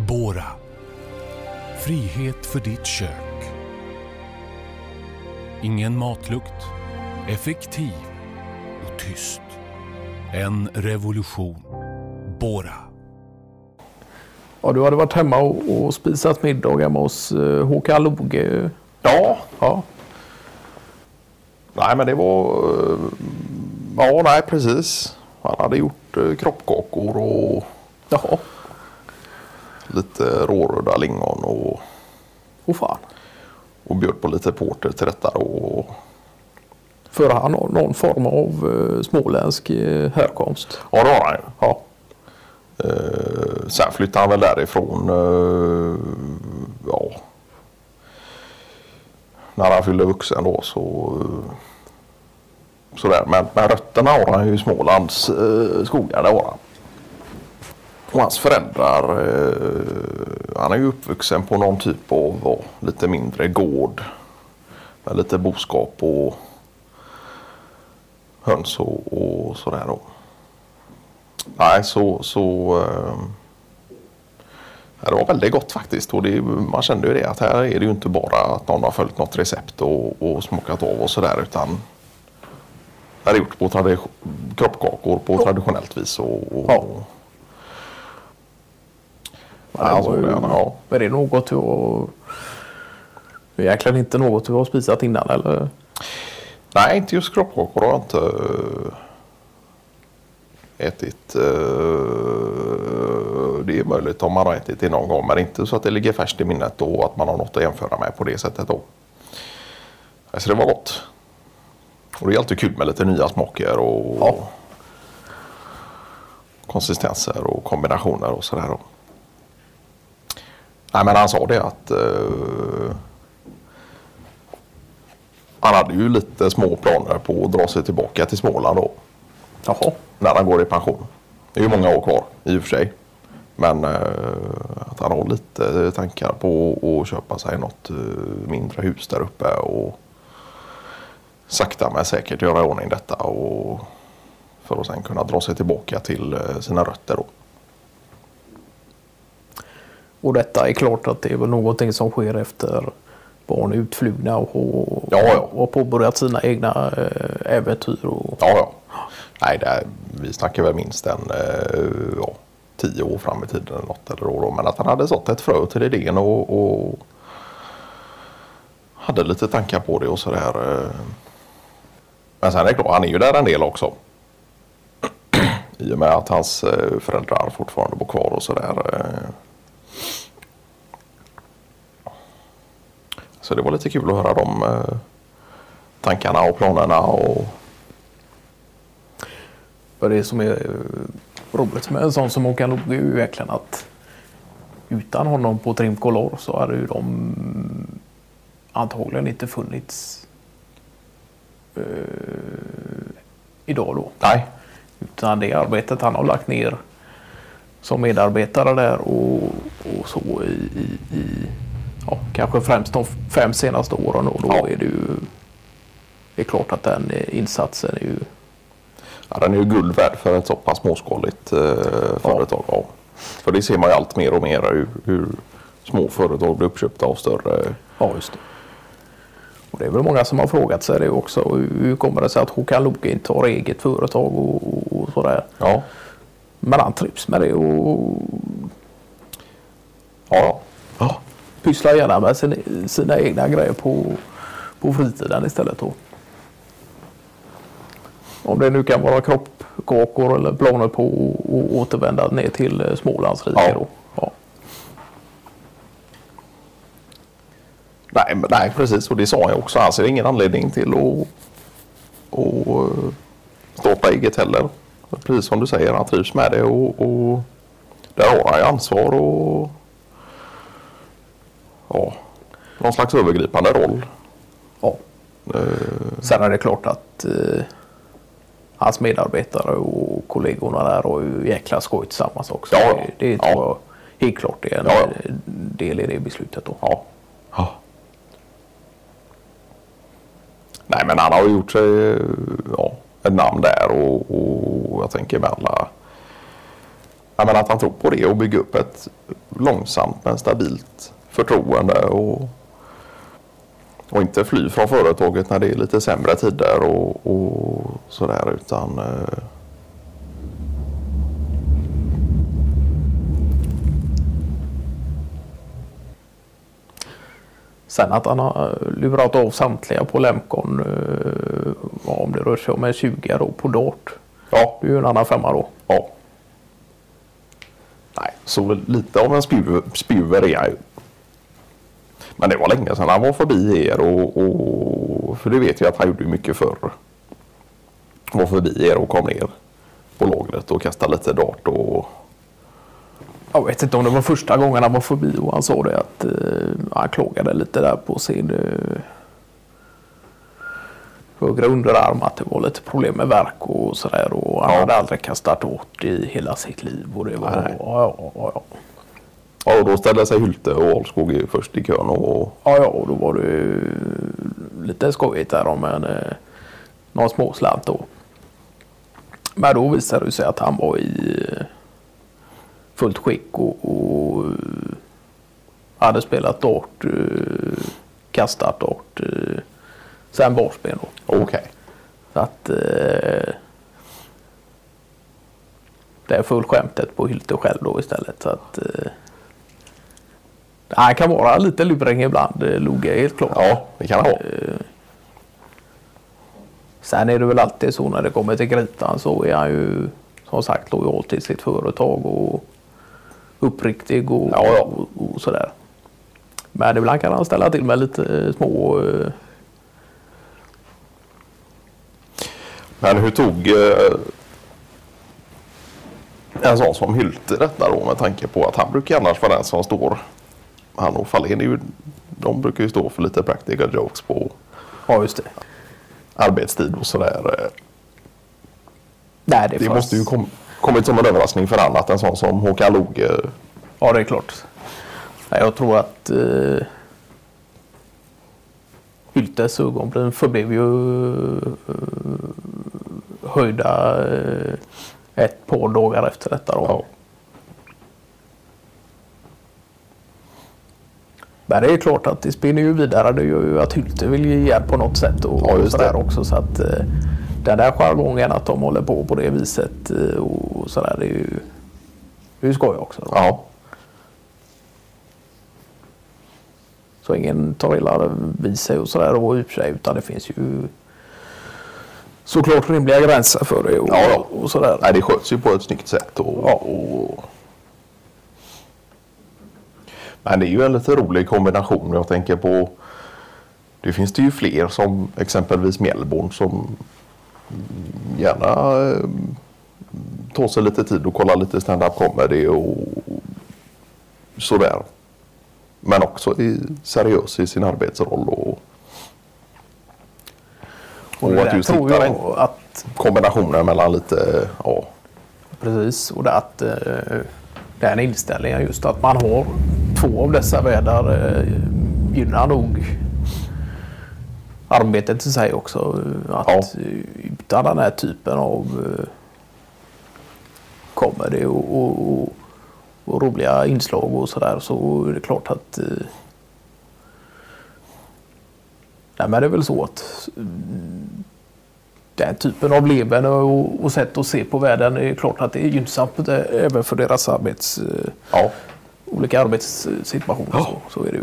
Bora. Frihet för ditt kök. Ingen matlukt. Effektiv och tyst. En revolution. Bora. Ja, du hade varit hemma och spisat middag hemma hos Håkan Loge. Ja. Ja. Nej, men det var... Ja, nej, precis. Han hade gjort kroppkakor och Jaha. lite råröda lingon Fan. och bjöd på lite porter till detta. Och... För han har någon form av småländsk härkomst. Ja, det har han ju. Ja. Sen flyttade han väl därifrån. Ja. När han fyllde vuxen då sådär. Men rötterna har han ju i Smålands skogar, det har han. Och hans föräldrar, han är ju uppvuxen på någon typ av lite mindre gård. Med lite boskap och höns och sådär då. Nej, det var väldigt gott faktiskt. Och man kände ju det att här är det ju inte bara att någon har följt något recept och smakat av och sådär, utan det är gjort på kroppkakor på traditionellt vis. Ja. Alltså, ja. Är det något du har... Det är egentligen inte något du har spisat innan, eller? Nej, inte just kroppkakor har jag inte ätit. Det är möjligt om man har ätit det någon gång, men inte så att det ligger färskt i minnet och att man har något att jämföra med på det sättet då. Så det var gott. Och det är alltid kul med lite nya smaker och konsistenser och kombinationer och sådär. Nej, men han sa det att han hade ju lite små planer på att dra sig tillbaka till Småland då. Jaha. När han går i pension. Det är ju många år kvar i och för sig. Men att han har lite tankar på att köpa sig något mindre hus där uppe och sakta men säkert göra i ordning detta och för att sen kunna dra sig tillbaka till sina rötter då. Och detta är klart att det är väl någonting som sker efter barn är utflugna och påbörjat sina egna äventyr. Ja. Nej, vi snackar väl minst 10 år fram i tiden eller något eller då. Men att han hade sått ett frö till idén och hade lite tankar på det och sådär. Men sen är det klart, han är ju där en del också. I och med att hans föräldrar fortfarande bor kvar och sådär. Så det var lite kul att höra de tankarna och planerna. Och det som är roligt med en sån som Håkan Loge är ju verkligen att utan honom på Trimcolor så hade ju de antagligen inte funnits idag då. Nej. Utan det arbetet han har lagt ner som medarbetare där och så i kanske främst de 5 senaste åren och då är det är klart att den insatsen är ju... Ja, den är ju guld värd för ett så pass småskaligt företag. Ja. För det ser man ju allt mer och mer hur små företag blir uppköpta av större. Ja, just det. Och det är väl många som har frågat sig det också. Hur kommer det sig att Håkan Loge inte har eget företag och sådär. Ja. Men han trivs med det och pysslar gärna med sina egna grejer på fritiden istället då. Om det nu kan vara kroppkakor eller planer på att återvända ner till Smålands rike då. Ja. Nej, precis. Och det sa jag också. Han ser ingen anledning till att starta eget heller. Precis som du säger, han trivs med det och där har han ju ansvar och någon slags övergripande roll. Ja. Sen är det klart att hans medarbetare och kollegorna där har ju jäkla skoj tillsammans också. Ja. Det tror jag helt klart det är en del i det beslutet då. Ja. Nej, men han har ju gjort sig ett namn där och jag tänker med alla... Jag menar att han tror på det och bygga upp ett långsamt men stabilt förtroende och inte fly från företaget när det är lite sämre tider och sådär, utan sen att han har lurat av samtliga på Lemcon, om det rör sig om en 20 då på dart. ja. Det är ju en annan femma då. Ja. Nej, så lite av en spjuver är han ju. Men det var länge sedan han var förbi er och för det vet jag att han gjorde mycket förr. Var förbi er och kom ner på lagret och kastade lite dart och... Jag vet inte om det var första gången han var förbi och han sa det att han klagade lite där på sin högra underarm, att det var lite problem med värk och sådär, och han hade aldrig kastat dart i hela sitt liv och det var Ja, och då ställde sig Hylte och Alskog först i kön och... och då var det lite skojigt där om någon småslant då. Men då visade det sig att han var i fullt skick och hade spelat dart, kastat dart, sen barspel då. Okej. Så att det är full skämtet på Hylte själv då istället. Så att han kan vara lite luring ibland, Loge, helt klart. Ja, det kan han ha. Sen är det väl alltid så när det kommer till kritan, så är han ju som sagt lojal till sitt företag och uppriktig och sådär. Men ibland kan han ställa till med lite små... Men hur tog en sån som Hylte detta då, med tanke på att han brukar annars vara den som står... Han och Fahlén är ju... De brukar ju stå för lite practical jokes på... Ja, just det. Arbetstid och sådär. Nej, det måste ju kommit som en överraskning för annat, en sån som Håkan Loge. Ja, det är klart. Jag tror att Hyltes ögonbryn förblev ju höjda ett par dagar efter detta då. Ja. Men det är klart att det spinner ju vidare. Det gör ju att Hylte vill ge hjälp på något sätt och sådär också. Så att den där jargongen att de håller på det viset och sådär, det är ju skoj också. Då. Ja. Så ingen tar illa vid sig och sådär och ut sig, utan det finns ju såklart rimliga gränser för det och sådär. Nej, det sköts ju på ett snyggt sätt och... Men det är ju en lite rolig kombination. Jag tänker på, det finns det ju fler som exempelvis Mjällborn som gärna tar sig lite tid och kollar lite stand-up comedy och sådär. Men också är seriös i sin arbetsroll och att just hitta en kombinationen mellan lite, ja. Precis, och det att den inställningen just att man har två av dessa världar gynnar nog arbetet i sig också. Att utan den här typen av comedy och roliga inslag och sådär, så är det klart att nej, men det är väl så att den typen av levande och sätt att se på världen är klart att det är gynnsamt även för deras olika arbetssituationer. Så är det ju.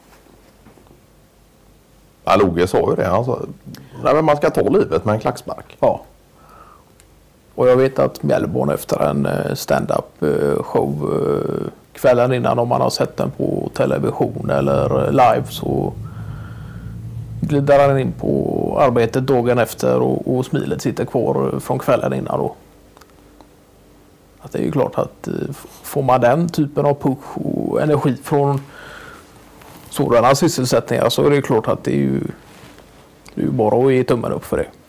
Ja, Loge sa ju det. Han sa, nej, men man ska ta livet med en klackspark. Ja. Och jag vet att Mjällborn efter en stand-up show kvällen innan, om man har sett den på television eller live, så glider han in på arbetet dagen efter och smilet sitter kvar från kvällen innan då. Att det är ju klart att får man den typen av push och energi från sådana sysselsättningar, så är det ju klart att det är ju bara att ge tummen upp för det.